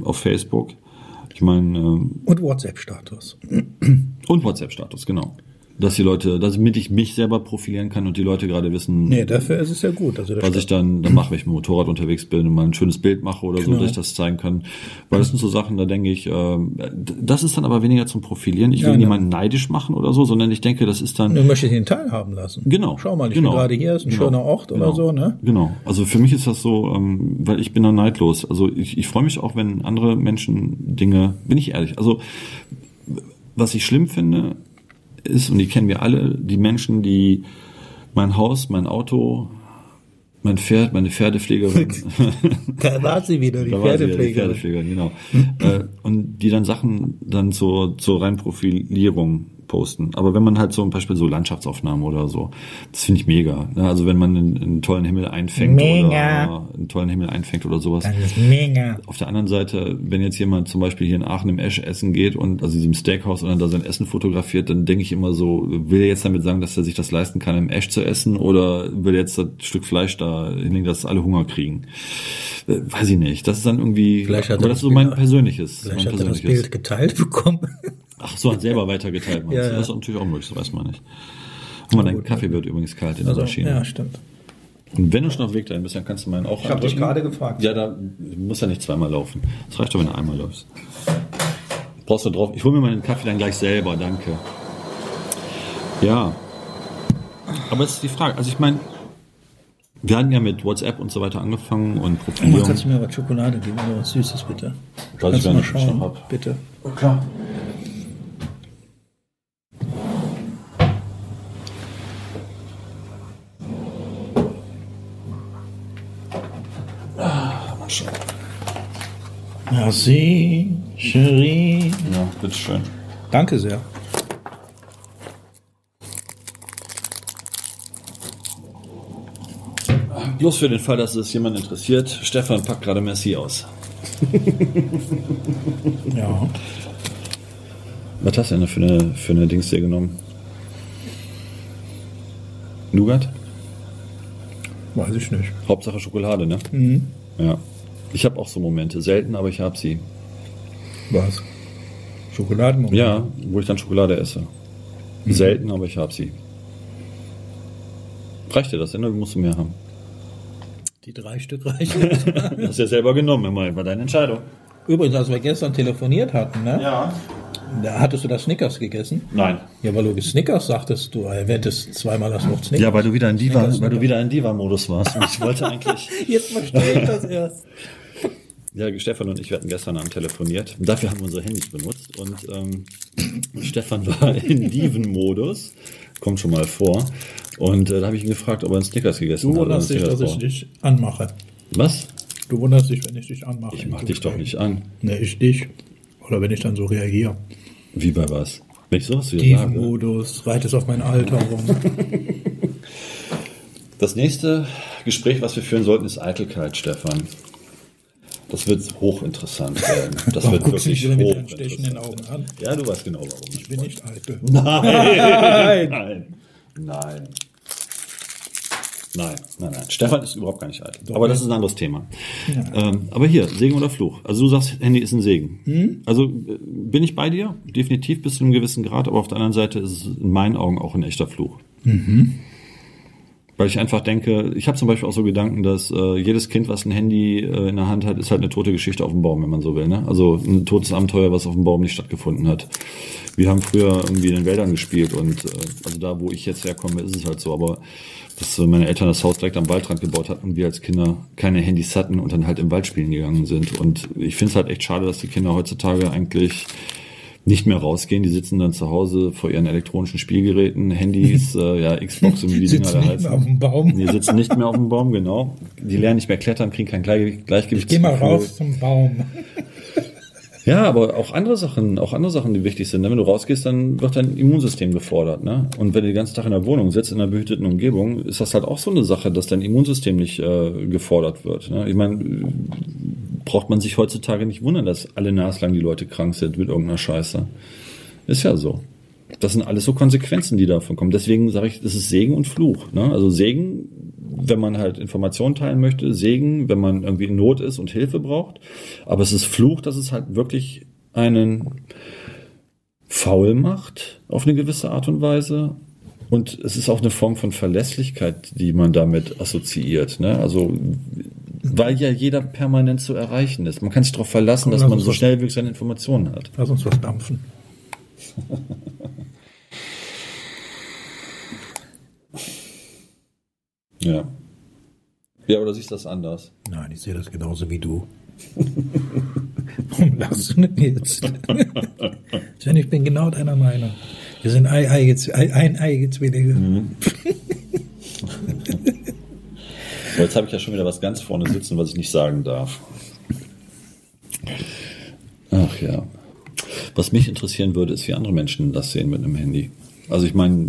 Facebook. Ich meine... und WhatsApp-Status. Und WhatsApp-Status, genau. dass die Leute, damit ich mich selber profilieren kann und die Leute gerade wissen. Nee, dafür ist es ja gut. Also was ich dann mache, wenn ich mit dem Motorrad unterwegs bin und mal ein schönes Bild mache oder so, dass ich das zeigen kann. Weil das sind so Sachen, da denke ich, das ist dann aber weniger zum Profilieren. Ich will niemanden neidisch machen oder so, sondern ich denke, das ist dann... Du möchtest ihn teilhaben lassen. Genau. Schau mal, ich bin gerade hier, ist ein schöner Ort oder so, ne? Genau. Also für mich ist das so, weil ich bin da neidlos. Also ich freue mich auch, wenn andere Menschen Dinge, bin ich ehrlich, also was ich schlimm finde, ist, und die kennen wir alle, die Menschen, die mein Haus, mein Auto, mein Pferd, meine Pferdepflegerin. Da war sie wieder, die Pferdepflegerin, genau. Und die dann Sachen dann zur Reinprofilierung posten. Aber wenn man halt so zum Beispiel so Landschaftsaufnahmen oder so, das finde ich mega. Also wenn man einen tollen Himmel einfängt oder sowas. Das ist mega. Auf der anderen Seite, wenn jetzt jemand zum Beispiel hier in Aachen im Esch essen geht und also diesem Steakhouse und dann da sein Essen fotografiert, dann denke ich immer so, will er jetzt damit sagen, dass er sich das leisten kann, im Esch zu essen, oder will er jetzt das Stück Fleisch da hinlegen, dass alle Hunger kriegen? Weiß ich nicht. Das ist dann irgendwie, aber das ist so mein persönliches. Vielleicht hat er das Bild geteilt bekommen. Ach so, hat selber weitergeteilt. Ja. Das ist natürlich auch möglich, das weiß man nicht. Guck mal, dein Kaffee wird übrigens kalt in der Maschine. Ja, stimmt. Und wenn du schon auf Weg dahin bist, dann kannst du meinen auch. Ich habe dich gerade gefragt. Ja, da muss ja nicht zweimal laufen. Das reicht doch, wenn du einmal läufst. Brauchst du drauf. Ich hole mir meinen Kaffee dann gleich selber, danke. Ja. Aber es ist die Frage. Also ich meine, wir hatten ja mit WhatsApp und so weiter angefangen und Profilierung. Kannst du mir was Schokolade geben oder was Süßes, bitte? Kannst du mal schauen, bitte. Oh, klar. Merci, chérie. Ja, bitteschön. Danke sehr. Bloß für den Fall, dass es jemand interessiert, Stefan packt gerade Merci aus. Ja. Was hast du denn für eine Dings hier genommen? Nougat? Weiß ich nicht. Hauptsache Schokolade, ne? Mhm. Ja. Ich habe auch so Momente. Selten, aber ich habe sie. Was? Schokoladenmoment? Ja, wo ich dann Schokolade esse. Selten, aber ich habe sie. Reicht dir das denn oder musst du mehr haben? Die 3 Stück reichen. Du hast ja selber genommen, immerhin. War deine Entscheidung. Übrigens, als wir gestern telefoniert hatten, ne? Ja. Da hattest du das Snickers gegessen? Nein. Ja, weil du Snickers sagtest, du erwähntest zweimal das Wort Snickers. Ja, weil du wieder in Diva-Modus warst. Und ich wollte eigentlich... Jetzt verstehe ich das erst. Ja, Stefan und ich hatten gestern Abend telefoniert. Dafür haben wir unsere Handys benutzt. Und Stefan war in Diven-Modus. Kommt schon mal vor. Und da habe ich ihn gefragt, ob er einen Snickers gegessen hat. Du wunderst dich, dass ich dich anmache. Was? Du wunderst dich, wenn ich dich anmache. Ich mache dich doch nicht an. Ne, ich dich. Oder wenn ich dann so reagiere. Wie bei was? Wenn ich sowas wieder sage? Diven-Modus, reitest auf mein Alter rum. Das nächste Gespräch, was wir führen sollten, ist Eitelkeit, Stefan. Das wird hochinteressant werden. Das wird wirklich hochinteressant. Stechenden Augen an. Ja, du weißt genau, warum. Ich bin nicht eitel. Nein. Stefan ist überhaupt gar nicht eitel. Aber das ist ein anderes Thema. Ja. Aber hier, Segen oder Fluch. Also du sagst, Handy ist ein Segen. Also bin ich bei dir? Definitiv bis zu einem gewissen Grad. Aber auf der anderen Seite ist es in meinen Augen auch ein echter Fluch. Weil ich einfach denke, ich habe zum Beispiel auch so Gedanken, dass jedes Kind, was ein Handy in der Hand hat, ist halt eine tote Geschichte auf dem Baum, wenn man so will. Ne? Also ein totes Abenteuer, was auf dem Baum nicht stattgefunden hat. Wir haben früher irgendwie in den Wäldern gespielt und also da, wo ich jetzt herkomme, ist es halt so. Aber dass meine Eltern das Haus direkt am Waldrand gebaut hatten und wir als Kinder keine Handys hatten und dann halt im Wald spielen gegangen sind. Und ich finde es halt echt schade, dass die Kinder heutzutage eigentlich nicht mehr rausgehen, die sitzen dann zu Hause vor ihren elektronischen Spielgeräten, Handys, Xbox und wie die Dinger da heißen. Sitzen nicht mehr auf dem Baum. Die sitzen nicht mehr auf dem Baum, genau. Die lernen nicht mehr klettern, kriegen kein Gleichgewicht. Geh mal raus zum Baum. Ja, aber auch andere Sachen, die wichtig sind. Wenn du rausgehst, dann wird dein Immunsystem gefordert, ne? Und wenn du den ganzen Tag in der Wohnung sitzt, in einer behüteten Umgebung, ist das halt auch so eine Sache, dass dein Immunsystem nicht gefordert wird. Ne? Ich meine, braucht man sich heutzutage nicht wundern, dass alle naslang die Leute krank sind mit irgendeiner Scheiße. Ist ja so. Das sind alles so Konsequenzen, die davon kommen. Deswegen sage ich, das ist Segen und Fluch. Ne? Also Segen, wenn man halt Informationen teilen möchte, Segen, wenn man irgendwie in Not ist und Hilfe braucht. Aber es ist Fluch, dass es halt wirklich einen faul macht auf eine gewisse Art und Weise. Und es ist auch eine Form von Verlässlichkeit, die man damit assoziiert. Ne? Also, weil ja jeder permanent zu erreichen ist. Man kann sich darauf verlassen, dass man so schnell wie möglich seine Informationen hat. Lass uns was dampfen. Ja. Ja, oder siehst du das anders? Nein, ich sehe das genauso wie du. Warum lachst du denn jetzt? Sven, ich bin genau deiner Meinung. Wir sind eineige Zwillinge. Mhm. So, jetzt habe ich ja schon wieder was ganz vorne sitzen, was ich nicht sagen darf. Ach ja. Was mich interessieren würde, ist, wie andere Menschen das sehen mit einem Handy. Also ich meine,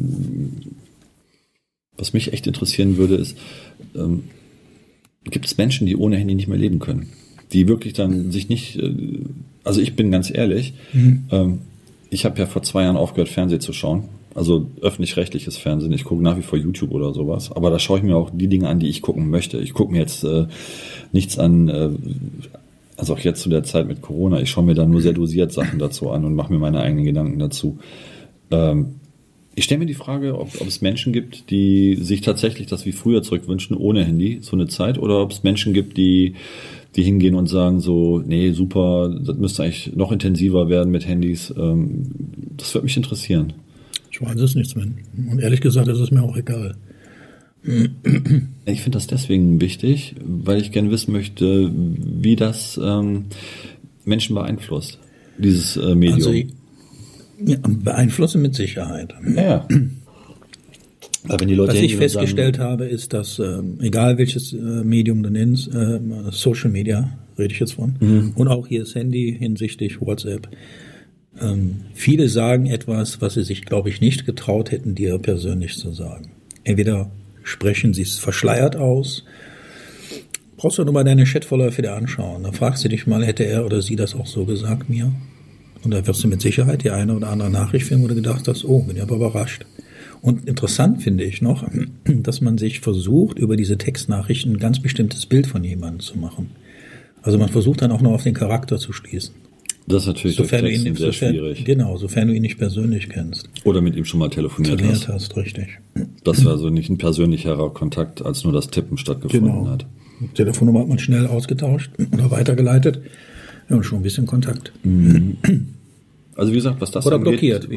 was mich echt interessieren würde, ist, gibt es Menschen, die ohne Handy nicht mehr leben können? Die wirklich dann sich nicht, also ich bin ganz ehrlich, ich habe ja vor 2 Jahren aufgehört, Fernsehen zu schauen. Also öffentlich-rechtliches Fernsehen. Ich gucke nach wie vor YouTube oder sowas. Aber da schaue ich mir auch die Dinge an, die ich gucken möchte. Ich gucke mir jetzt nichts an, also auch jetzt zu der Zeit mit Corona. Ich schaue mir da nur sehr dosiert Sachen dazu an und mache mir meine eigenen Gedanken dazu. Ich stelle mir die Frage, ob es Menschen gibt, die sich tatsächlich das wie früher zurückwünschen, ohne Handy, so eine Zeit. Oder ob es Menschen gibt, die hingehen und sagen so, nee, super, das müsste eigentlich noch intensiver werden mit Handys. Das würde mich interessieren. Ich weiß es nicht, Sven. Und ehrlich gesagt, ist es mir auch egal. Ich finde das deswegen wichtig, weil ich gerne wissen möchte, wie das Menschen beeinflusst, dieses Medium. Also, ja, beeinflussen mit Sicherheit. Ja. Aber wenn die Leute was ich festgestellt habe, ist, dass egal welches Medium du nennst, Social Media, rede ich jetzt von, und auch hier das Handy hinsichtlich WhatsApp, viele sagen etwas, was sie sich, glaube ich, nicht getraut hätten, dir persönlich zu sagen. Entweder sprechen sie es verschleiert aus, brauchst du nur mal deine Chatverläufe wieder anschauen. Da fragst du dich mal, hätte er oder sie das auch so gesagt mir? Und da wirst du mit Sicherheit die eine oder andere Nachricht finden, wo du gedacht hast, oh, bin ich aber überrascht. Und interessant finde ich noch, dass man sich versucht, über diese Textnachrichten ein ganz bestimmtes Bild von jemandem zu machen. Also man versucht dann auch noch auf den Charakter zu schließen. Das ist natürlich sehr schwierig. Genau, sofern du ihn nicht persönlich kennst. Oder mit ihm schon mal telefoniert hast. Richtig. Das war also nicht ein persönlicherer Kontakt, als nur das Tippen stattgefunden hat. Die Telefonnummer hat man schnell ausgetauscht oder weitergeleitet. Ja, und schon ein bisschen Kontakt. Also wie gesagt, was das oder angeht, blockiert,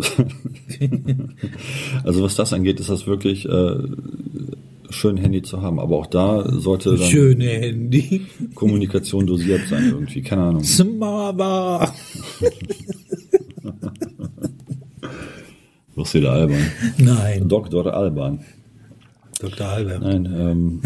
also was das angeht, ist das wirklich schön, Handy zu haben. Aber auch da sollte dann schöne Handy. Kommunikation dosiert sein irgendwie. Keine Ahnung. Smava. Wirst du wieder albern? Nein. Dr. Alban. Dr. Albert. Nein,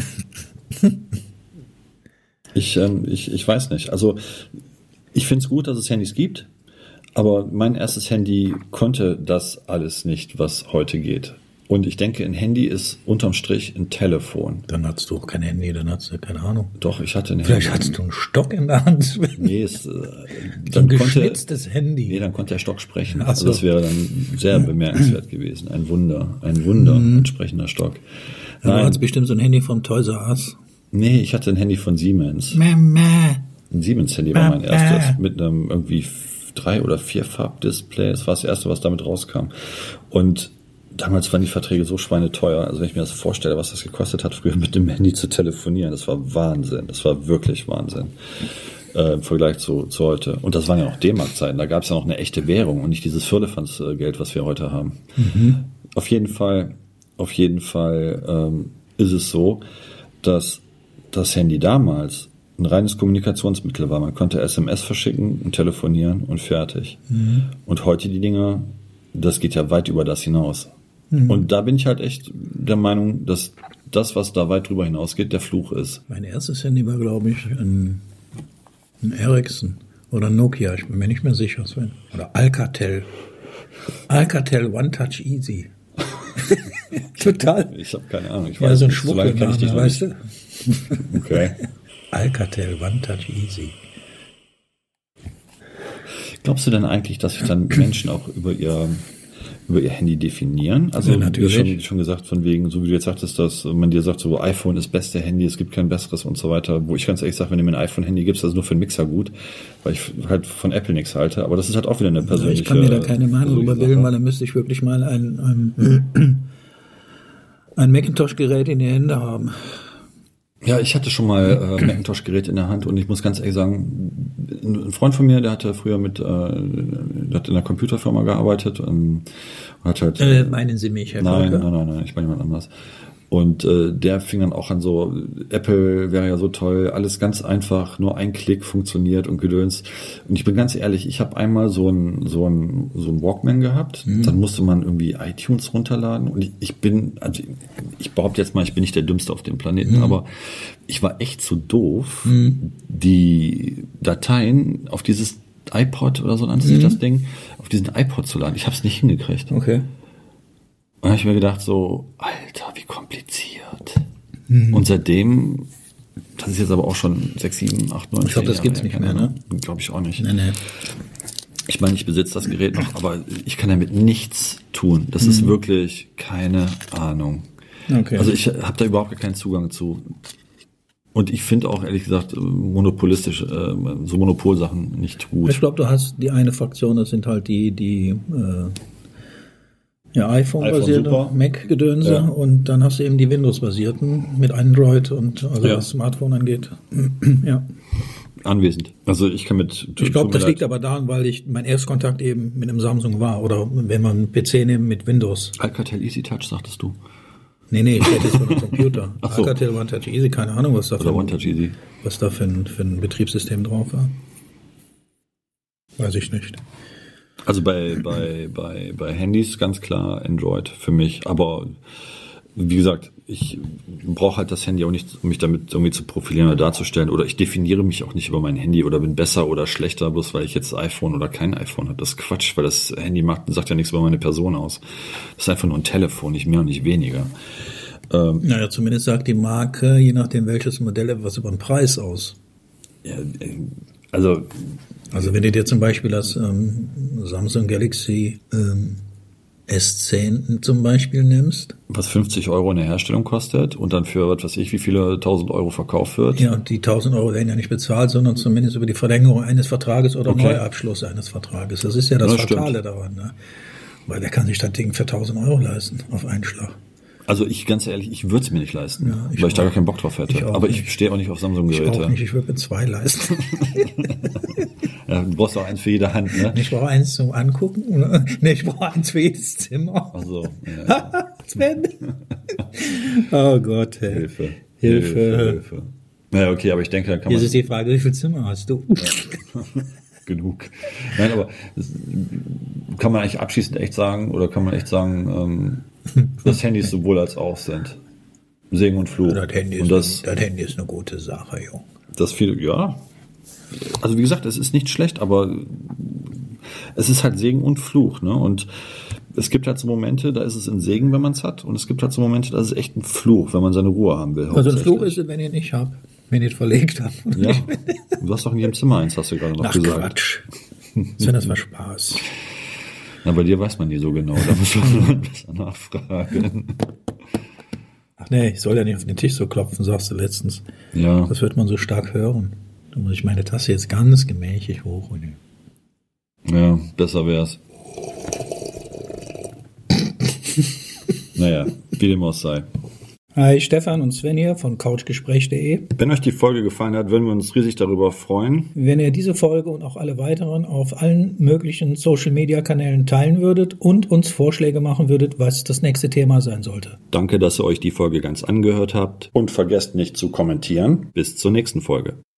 ich weiß nicht. Also ich finde es gut, dass es Handys gibt. Aber mein erstes Handy konnte das alles nicht, was heute geht. Und ich denke, ein Handy ist unterm Strich ein Telefon. Dann hattest du auch kein Handy, dann hattest du keine Ahnung. Doch, ich hatte ein Handy. Vielleicht hattest du einen Stock in der Hand. Nee, ein geschnitztes Handy. Nee, dann konnte der Stock sprechen. So. Also das wäre dann sehr bemerkenswert gewesen. Ein Wunder, entsprechender Stock. Du hattest bestimmt so ein Handy vom Toys R Us. Nee, ich hatte ein Handy von Siemens. Mama. Ein Siemens-Handy war mein erstes. Mit einem irgendwie 3 oder 4 Farbdisplay. Das war das erste, was damit rauskam. Und damals waren die Verträge so schweineteuer. Also wenn ich mir das vorstelle, was das gekostet hat, früher mit dem Handy zu telefonieren, das war Wahnsinn. Das war wirklich Wahnsinn. Im Vergleich zu heute. Und das waren ja noch D-Mark-Zeiten. Da gab es ja noch eine echte Währung und nicht dieses Firlefanz-Geld, was wir heute haben. Auf jeden Fall ist es so, dass das Handy damals ein reines Kommunikationsmittel war. Man konnte SMS verschicken und telefonieren und fertig. Und heute die Dinger, das geht ja weit über das hinaus. Und da bin ich halt echt der Meinung, dass das, was da weit drüber hinausgeht, der Fluch ist. Mein erstes Handy war, glaube ich, ein Ericsson oder Nokia. Ich bin mir nicht mehr sicher. Oder Alcatel. Alcatel One Touch Easy. Total. Ich habe keine Ahnung. Ich weiß ja, so ein Schwuchtelname, weißt du? Okay. Alcatel One Touch Easy. Glaubst du denn eigentlich, dass sich dann Menschen auch über über ihr Handy definieren? Also ja, natürlich. Wie schon gesagt, von wegen, so wie du jetzt sagtest, dass man dir sagt, so iPhone ist das beste Handy, es gibt kein besseres und so weiter, wo ich ganz ehrlich sage, wenn du mir ein iPhone-Handy gibst, das ist nur für einen Mixer gut, weil ich halt von Apple nichts halte, aber das ist halt auch wieder eine persönliche... Ich kann mir da keine Meinung drüber bilden, weil dann müsste ich wirklich mal ein Macintosh-Gerät in die Hände haben. Ja, ich hatte schon mal Macintosh-Gerät in der Hand und ich muss ganz ehrlich sagen, ein Freund von mir, der hatte früher der hat in einer Computerfirma gearbeitet und hat halt... meinen Sie mich, Herr Nein, ich meine jemand anders. Und der fing dann auch an so, Apple wäre ja so toll, alles ganz einfach, nur ein Klick funktioniert und Gedöns. Und ich bin ganz ehrlich, ich habe einmal so ein Walkman gehabt, dann musste man irgendwie iTunes runterladen und ich behaupte jetzt mal, ich bin nicht der Dümmste auf dem Planeten, aber ich war echt zu doof, die Dateien auf dieses iPod oder so nannte sich das Ding, auf diesen iPod zu laden. Ich habe es nicht hingekriegt. Okay. Und habe ich mir gedacht so, Alter, wie kompliziert. Und seitdem, das ist jetzt aber auch schon 6, 7, 8, 9, Ich glaube, das gibt's nicht mehr, ne? Glaube ich auch nicht. Nee. Ich meine, ich besitze das Gerät noch, aber ich kann damit nichts tun. Das ist wirklich keine Ahnung. Okay. Also ich habe da überhaupt keinen Zugang zu. Und ich finde auch, ehrlich gesagt, monopolistisch, so Monopolsachen nicht gut. Ich glaube, du hast die eine Fraktion, das sind halt die iPhone-basierte Mac-Gedönse, ja. Und dann hast du eben die Windows-basierten mit Android und was Smartphone angeht. Ja. Anwesend. Also ich kann Ich glaube, das liegt aber daran, weil mein Erstkontakt eben mit einem Samsung war oder wenn man einen PC nimmt mit Windows. Alcatel Easy Touch, sagtest du? Nee, ich rede jetzt von einem Computer. Ach so. Alcatel One Touch Easy, keine Ahnung, was da für ein Betriebssystem drauf war. Weiß ich nicht. Also bei Handys ganz klar Android für mich, aber wie gesagt, ich brauche halt das Handy auch nicht, um mich damit irgendwie zu profilieren oder darzustellen, oder ich definiere mich auch nicht über mein Handy oder bin besser oder schlechter, bloß weil ich jetzt iPhone oder kein iPhone habe. Das ist Quatsch, weil das Handy sagt ja nichts über meine Person aus. Das ist einfach nur ein Telefon, nicht mehr und nicht weniger. Naja, zumindest sagt die Marke, je nachdem welches Modell, etwas über den Preis aus. Ja, also wenn du dir zum Beispiel das Samsung Galaxy S10 zum Beispiel nimmst. Was 50 € in der Herstellung kostet und dann für, was weiß ich, wie viele 1.000 € verkauft wird. Ja, und die 1.000 € werden ja nicht bezahlt, sondern zumindest über die Verlängerung eines Vertrages oder Neuabschluss eines Vertrages. Das ist ja das Fatale daran. Ne? Weil wer kann sich das Ding für 1.000 € leisten auf einen Schlag? Also ganz ehrlich, ich würde es mir nicht leisten, weil ich da gar keinen Bock drauf hätte. Aber ich stehe auch nicht auf Samsung-Geräte. Ich auch nicht, ich würde mir 2 leisten. Ja, du brauchst auch eins für jede Hand, ne? Ich brauche eins zum Angucken. Ne, ich brauche eins für jedes Zimmer. Ach so. Ja. Sven. Oh Gott, hey. Hilfe. Naja, okay, aber ich denke, da kann man... Jetzt ist die Frage, wie viele Zimmer hast du? Genug. Nein, aber kann man eigentlich abschließend echt sagen, oder kann man echt sagen, dass Handys sowohl als auch sind. Segen und Fluch. Das Handy ist eine gute Sache, Junge. Das viel, ja. Also wie gesagt, es ist nicht schlecht, aber es ist halt Segen und Fluch, ne? Und es gibt halt so Momente, da ist es ein Segen, wenn man es hat, und es gibt halt so Momente, da ist es echt ein Fluch, wenn man seine Ruhe haben will. Also ein Fluch ist es, wenn ihr nicht habt, wenn ihr es verlegt habt. Ja, du hast doch in jedem Zimmer eins, hast du gerade noch gesagt. Quatsch. Sven, das war Spaß. Na, bei dir weiß man nie so genau, da muss man ein bisschen nachfragen. Ach nee, ich soll ja nicht auf den Tisch so klopfen, sagst du letztens. Ja. Das wird man so stark hören. Da muss ich meine Tasse jetzt ganz gemächlich hochholen. Ja, besser wär's. Naja, wie dem auch sei. Hi, Stefan und Sven hier von couchgespräch.de. Wenn euch die Folge gefallen hat, würden wir uns riesig darüber freuen. Wenn ihr diese Folge und auch alle weiteren auf allen möglichen Social-Media-Kanälen teilen würdet und uns Vorschläge machen würdet, was das nächste Thema sein sollte. Danke, dass ihr euch die Folge ganz angehört habt. Und vergesst nicht zu kommentieren. Bis zur nächsten Folge.